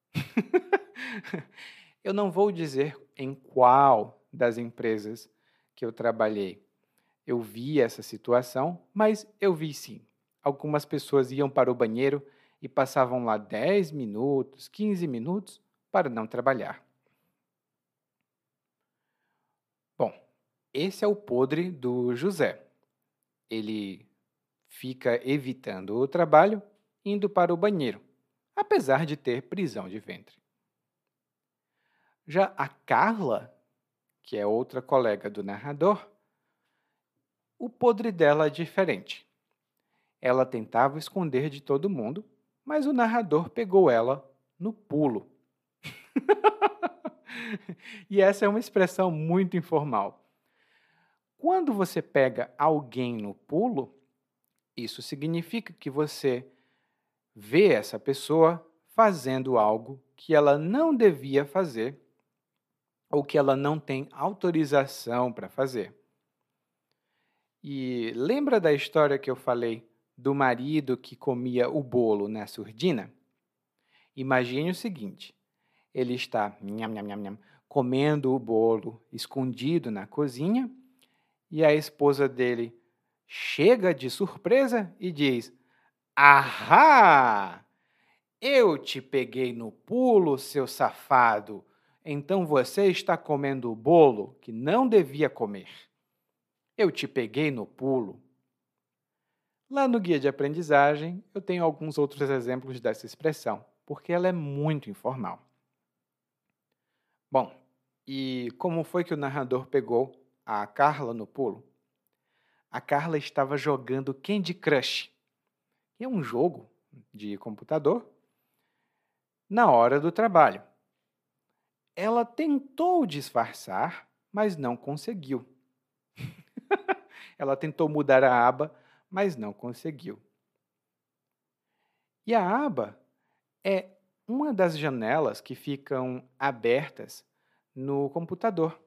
Eu não vou dizer em qual das empresas que eu trabalhei eu vi essa situação, mas eu vi sim. Algumas pessoas iam para o banheiro e passavam lá dez minutos, quinze minutos para não trabalhar. Bom, esse é o podre do José. Ele fica evitando o trabalho, indo para o banheiro, apesar de ter prisão de ventre. Já a Carla, que é outra colega do narrador, o podre dela é diferente. Ela tentava esconder de todo mundo, mas o narrador pegou ela no pulo. E essa é uma expressão muito informal. Quando você pega alguém no pulo, isso significa que você vê essa pessoa fazendo algo que ela não devia fazer ou que ela não tem autorização para fazer. E lembra da história que eu falei do marido que comia o bolo na surdina? Imagine o seguinte: ele está nham, nham, nham, nham, comendo o bolo escondido na cozinha e a esposa dele chega de surpresa e diz: Ahá! Eu te peguei no pulo, seu safado! Então você está comendo o bolo que não devia comer. Eu te peguei no pulo. Lá no guia de aprendizagem, eu tenho alguns outros exemplos dessa expressão, porque ela é muito informal. Bom, e como foi que o narrador pegou a Carla no pulo? A Carla estava jogando Candy Crush, que é um jogo de computador, na hora do trabalho. Ela tentou disfarçar, mas não conseguiu. Ela tentou mudar a aba, mas não conseguiu. E a aba é uma das janelas que ficam abertas no computador.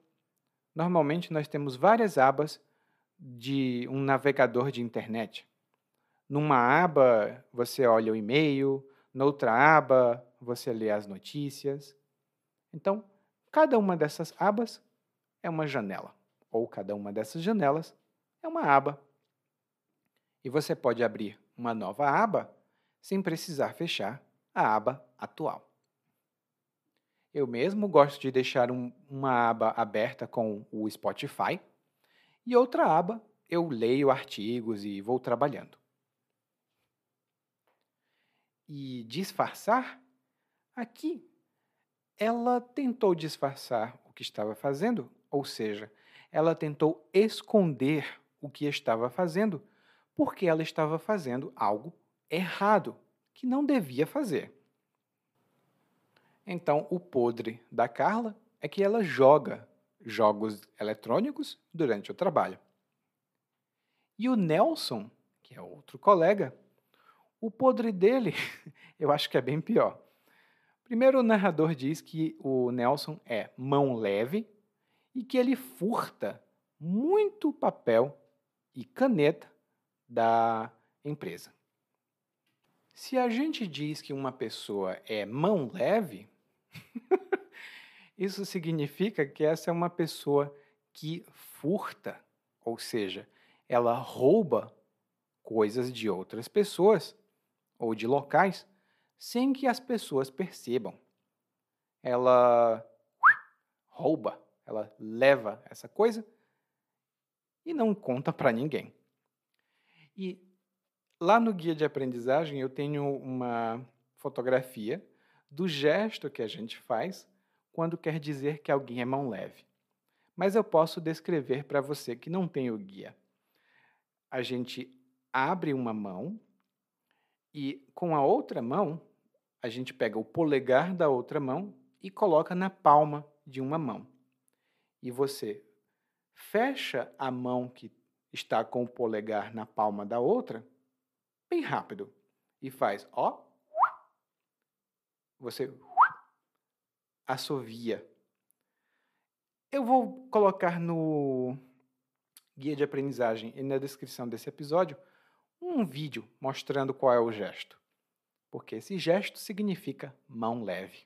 Normalmente, nós temos várias abas de um navegador de internet. Numa aba, você olha o e-mail, noutra aba, você lê as notícias. Então, cada uma dessas abas é uma janela, ou cada uma dessas janelas é uma aba. E você pode abrir uma nova aba sem precisar fechar a aba atual. Eu mesmo gosto de deixar um, uma aba aberta com o Spotify e outra aba eu leio artigos e vou trabalhando. E disfarçar? Aqui, ela tentou disfarçar o que estava fazendo, ou seja, ela tentou esconder o que estava fazendo, porque ela estava fazendo algo errado, que não devia fazer. Então, o podre da Carla é que ela joga jogos eletrônicos durante o trabalho. E o Nelson, que é outro colega, o podre dele, eu acho que é bem pior. Primeiro, o narrador diz que o Nelson é mão leve e que ele furta muito papel e caneta da empresa. Se a gente diz que uma pessoa é mão leve, isso significa que essa é uma pessoa que furta, ou seja, ela rouba coisas de outras pessoas ou de locais sem que as pessoas percebam. Ela rouba, ela leva essa coisa e não conta para ninguém. E lá no guia de aprendizagem eu tenho uma fotografia do gesto que a gente faz quando quer dizer que alguém é mão leve. Mas eu posso descrever para você que não tem o guia. A gente abre uma mão e com a outra mão a gente pega o polegar da outra mão e coloca na palma de uma mão. E você fecha a mão que está com o polegar na palma da outra, bem rápido, e faz, ó, você assovia. Eu vou colocar no guia de aprendizagem e na descrição desse episódio um vídeo mostrando qual é o gesto, porque esse gesto significa mão leve.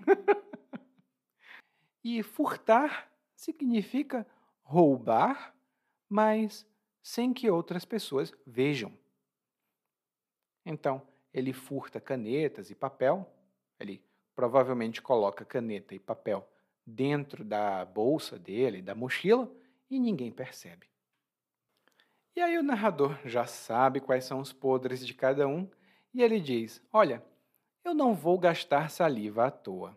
E furtar significa roubar, mas sem que outras pessoas vejam. Então, ele furta canetas e papel, ele provavelmente coloca caneta e papel dentro da bolsa dele, da mochila, e ninguém percebe. E aí o narrador já sabe quais são os podres de cada um, e ele diz, olha, eu não vou gastar saliva à toa.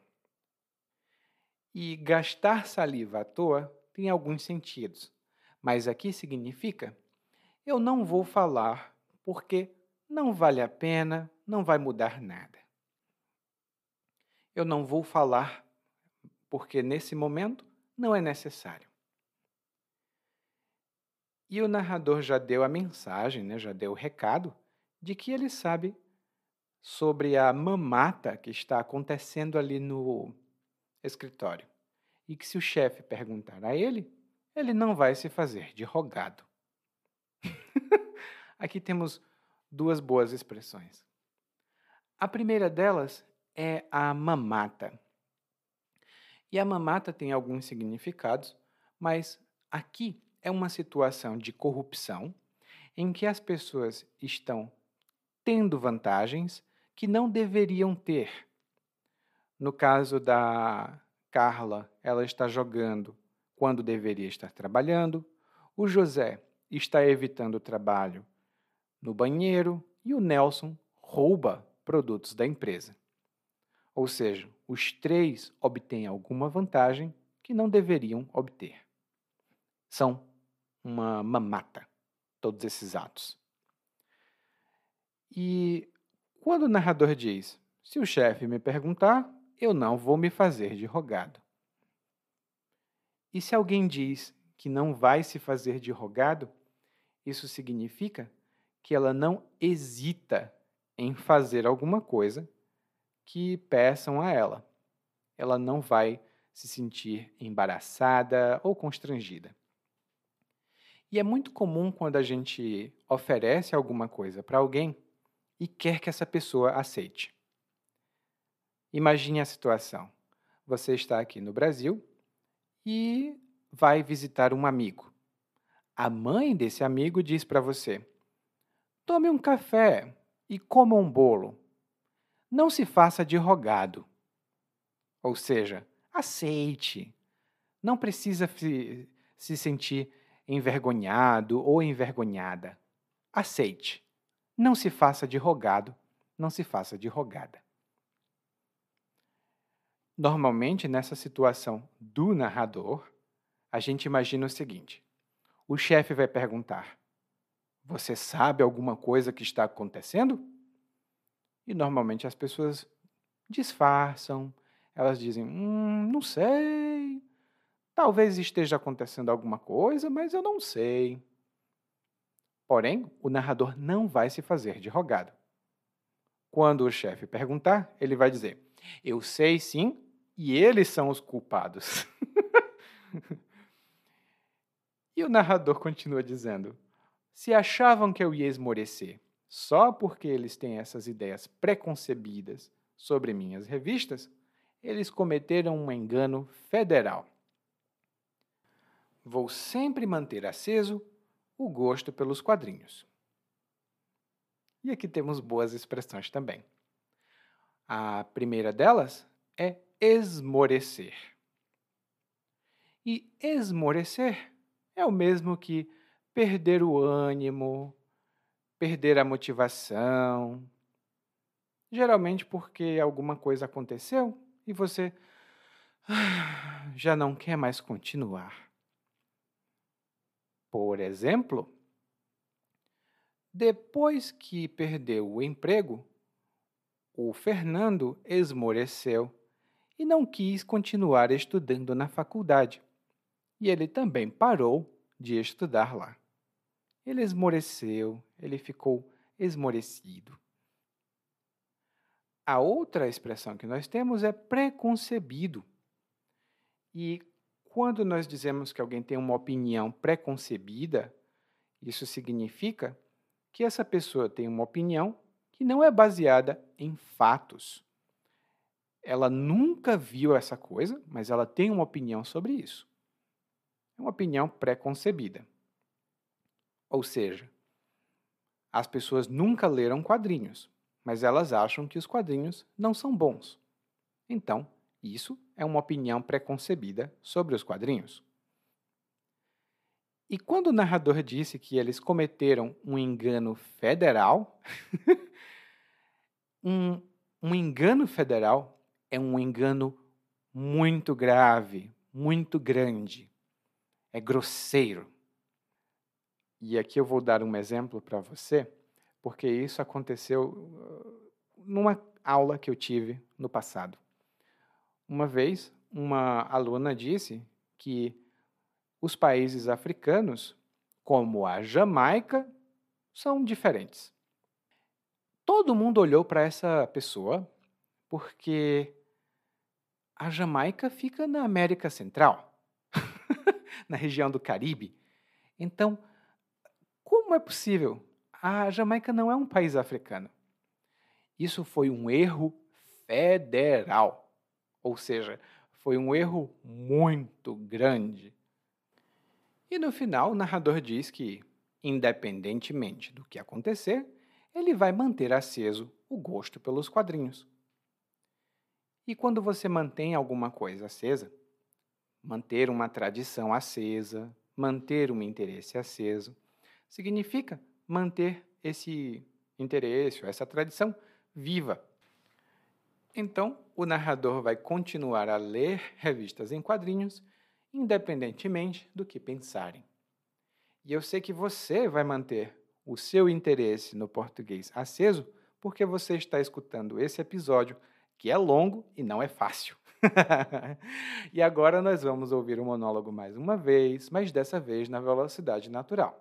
E gastar saliva à toa tem alguns sentidos, mas aqui significa eu não vou falar porque não vale a pena, não vai mudar nada. Eu não vou falar porque nesse momento não é necessário. E o narrador já deu a mensagem, né, já deu o recado de que ele sabe sobre a mamata que está acontecendo ali no escritório. E que se o chefe perguntar a ele, ele não vai se fazer de rogado. Aqui temos duas boas expressões. A primeira delas é a mamata. E a mamata tem alguns significados, mas aqui é uma situação de corrupção em que as pessoas estão tendo vantagens que não deveriam ter. No caso da Carla, ela está jogando quando deveria estar trabalhando. O José está evitando o trabalho no banheiro e o Nelson rouba produtos da empresa. Ou seja, os três obtêm alguma vantagem que não deveriam obter. São uma mamata, todos esses atos. E quando o narrador diz, se o chefe me perguntar, eu não vou me fazer de rogado. E se alguém diz que não vai se fazer de rogado, isso significa que ela não hesita em fazer alguma coisa que peçam a ela. Ela não vai se sentir embaraçada ou constrangida. E é muito comum quando a gente oferece alguma coisa para alguém e quer que essa pessoa aceite. Imagine a situação. Você está aqui no Brasil e vai visitar um amigo. A mãe desse amigo diz para você: tome um café e coma um bolo. Não se faça de rogado. Ou seja, aceite. Não precisa se, se sentir envergonhado ou envergonhada. Aceite. Não se faça de rogado, não se faça de rogada. Normalmente, nessa situação do narrador, a gente imagina o seguinte: o chefe vai perguntar: você sabe alguma coisa que está acontecendo? E normalmente as pessoas disfarçam, elas dizem: hum, não sei, talvez esteja acontecendo alguma coisa, mas eu não sei. Porém, o narrador não vai se fazer de rogado. Quando o chefe perguntar, ele vai dizer: eu sei sim, e eles são os culpados. E o narrador continua dizendo: se achavam que eu ia esmorecer só porque eles têm essas ideias preconcebidas sobre minhas revistas, eles cometeram um engano federal. Vou sempre manter aceso o gosto pelos quadrinhos. E aqui temos boas expressões também. A primeira delas é esmorecer. E esmorecer é o mesmo que perder o ânimo, perder a motivação, geralmente porque alguma coisa aconteceu e você já não quer mais continuar. Por exemplo, depois que perdeu o emprego, o Fernando esmoreceu e não quis continuar estudando na faculdade. E ele também parou de estudar lá. Ele esmoreceu, ele ficou esmorecido. A outra expressão que nós temos é preconcebido. E quando nós dizemos que alguém tem uma opinião preconcebida, isso significa que essa pessoa tem uma opinião que não é baseada em fatos. Ela nunca viu essa coisa, mas ela tem uma opinião sobre isso. É uma opinião preconcebida. Ou seja, as pessoas nunca leram quadrinhos, mas elas acham que os quadrinhos não são bons. Então, isso é uma opinião preconcebida sobre os quadrinhos. E quando o narrador disse que eles cometeram um engano federal, um, um engano federal é um engano muito grave, muito grande, é grosseiro. E aqui eu vou dar um exemplo para você, porque isso aconteceu numa aula que eu tive no passado. Uma vez, uma aluna disse que os países africanos, como a Jamaica, são diferentes. Todo mundo olhou para essa pessoa porque a Jamaica fica na América Central, na região do Caribe. Então, como é possível? A Jamaica não é um país africano. Isso foi um erro federal, ou seja, foi um erro muito grande. E no final, o narrador diz que, independentemente do que acontecer, ele vai manter aceso o gosto pelos quadrinhos. E quando você mantém alguma coisa acesa, manter uma tradição acesa, manter um interesse aceso, significa manter esse interesse, essa tradição viva. Então, o narrador vai continuar a ler revistas em quadrinhos, independentemente do que pensarem. E eu sei que você vai manter o seu interesse no português aceso porque você está escutando esse episódio, que é longo e não é fácil. E agora nós vamos ouvir o monólogo mais uma vez, mas dessa vez na velocidade natural.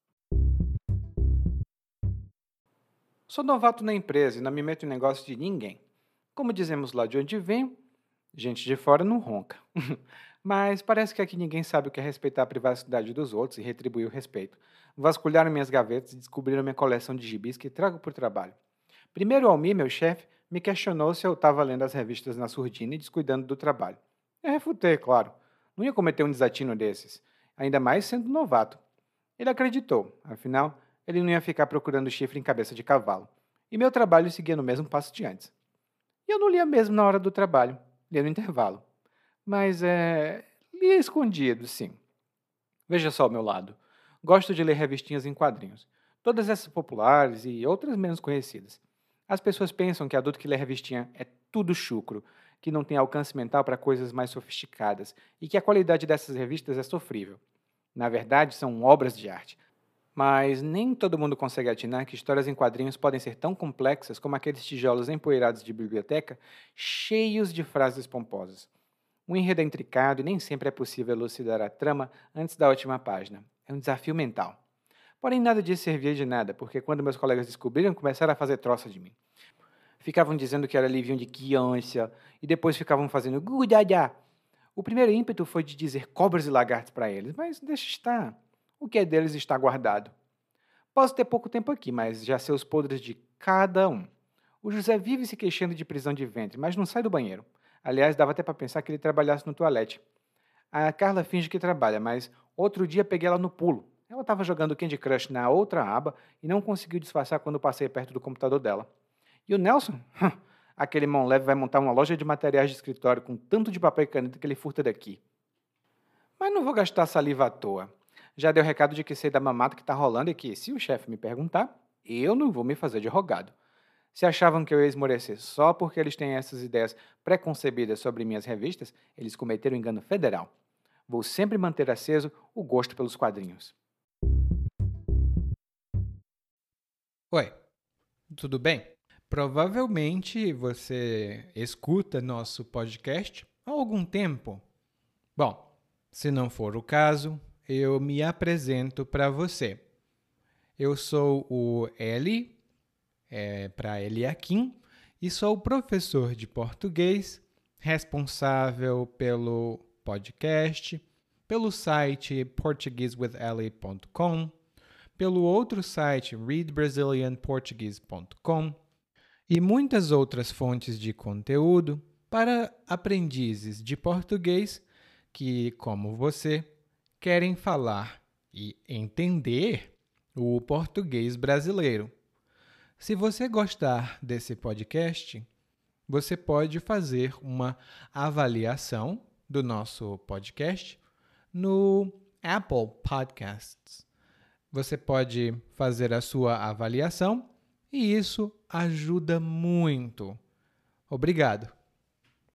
Sou novato na empresa e não me meto em negócio de ninguém. Como dizemos lá de onde venho, gente de fora não ronca. Mas parece que aqui ninguém sabe o que é respeitar a privacidade dos outros e retribuir o respeito. Vasculharam minhas gavetas e descobriram minha coleção de gibis que trago por trabalho. Primeiro, Almir, meu chefe, me questionou se eu estava lendo as revistas na surdina e descuidando do trabalho. Eu refutei, claro. Não ia cometer um desatino desses, ainda mais sendo novato. Ele acreditou, afinal, ele não ia ficar procurando chifre em cabeça de cavalo. E meu trabalho seguia no mesmo passo de antes. E eu não lia mesmo na hora do trabalho, lia no intervalo. Mas é. lia escondido, sim. Veja só o meu lado. Gosto de ler revistinhas em quadrinhos. Todas essas populares e outras menos conhecidas. As pessoas pensam que adulto que lê revistinha é tudo chucro, que não tem alcance mental para coisas mais sofisticadas e que a qualidade dessas revistas é sofrível. Na verdade, são obras de arte. Mas nem todo mundo consegue atinar que histórias em quadrinhos podem ser tão complexas como aqueles tijolos empoeirados de biblioteca, cheios de frases pomposas. O enredo é intricado e nem sempre é possível elucidar a trama antes da última página. É um desafio mental. Porém, nada disso servia de nada, porque quando meus colegas descobriram, começaram a fazer troça de mim. Ficavam dizendo que era livrinho de criança, e depois ficavam fazendo gudadá. O primeiro ímpeto foi de dizer cobras e lagartos para eles, mas deixa estar. O que é deles está guardado. Posso ter pouco tempo aqui, mas já sei os podres de cada um. O José vive se queixando de prisão de ventre, mas não sai do banheiro. Aliás, dava até para pensar que ele trabalhasse no toalete. A Carla finge que trabalha, mas outro dia peguei ela no pulo. Ela estava jogando Candy Crush na outra aba e não conseguiu disfarçar quando passei perto do computador dela. E o Nelson? Aquele mão leve vai montar uma loja de materiais de escritório com tanto de papel e caneta que ele furta daqui. Mas não vou gastar saliva à toa. Já deu recado de que sei da mamata que está rolando e que, se o chefe me perguntar, eu não vou me fazer de rogado. Se achavam que eu ia esmorecer só porque eles têm essas ideias preconcebidas sobre minhas revistas, eles cometeram engano federal. Vou sempre manter aceso o gosto pelos quadrinhos. Oi, tudo bem? Provavelmente você escuta nosso podcast há algum tempo. Bom, se não for o caso, eu me apresento para você. Eu sou o Eli, é, para Eliakim, e sou professor de português, responsável pelo podcast, pelo site portuguese with eli ponto com, pelo outro site read brazilian portuguese ponto com e muitas outras fontes de conteúdo para aprendizes de português que, como você, querem falar e entender o português brasileiro. Se você gostar desse podcast, você pode fazer uma avaliação do nosso podcast no Apple Podcasts. Você pode fazer a sua avaliação e isso ajuda muito. Obrigado.